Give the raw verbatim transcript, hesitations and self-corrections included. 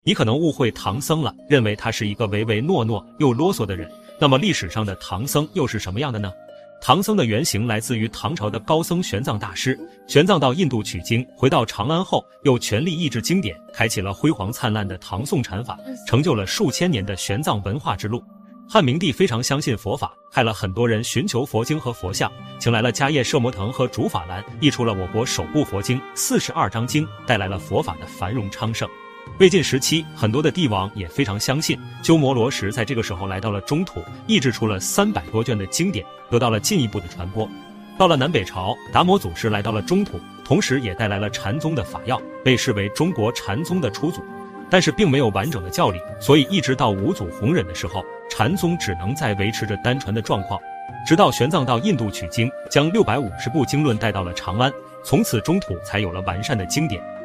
你可能误会唐僧了，认为他是一个唯唯诺诺又啰嗦的人。那么历史上的唐僧又是什么样的呢？唐僧的原型来自于唐朝的高僧玄奘大师。玄奘到印度取经，回到长安后，又全力译制经典，开启了辉煌灿烂的唐宋禅法，成就了数千年的玄奘文化之路。汉明帝非常相信佛法，害了很多人寻求佛经和佛像，请来了迦叶摄摩腾和竺法兰，译出了我国首部佛经四十二章经，带来了佛法的繁荣昌盛。魏晋时期，很多的帝王也非常相信。鸠摩罗什在这个时候来到了中土，译制出了三百多卷的经典，得到了进一步的传播。到了南北朝，达摩祖师来到了中土，同时也带来了禅宗的法要，被视为中国禅宗的初祖。但是并没有完整的教理，所以一直到五祖弘忍的时候，禅宗只能在维持着单传的状况。直到玄奘到印度取经，将六百五十部经论带到了长安，从此中土才有了完善的经典。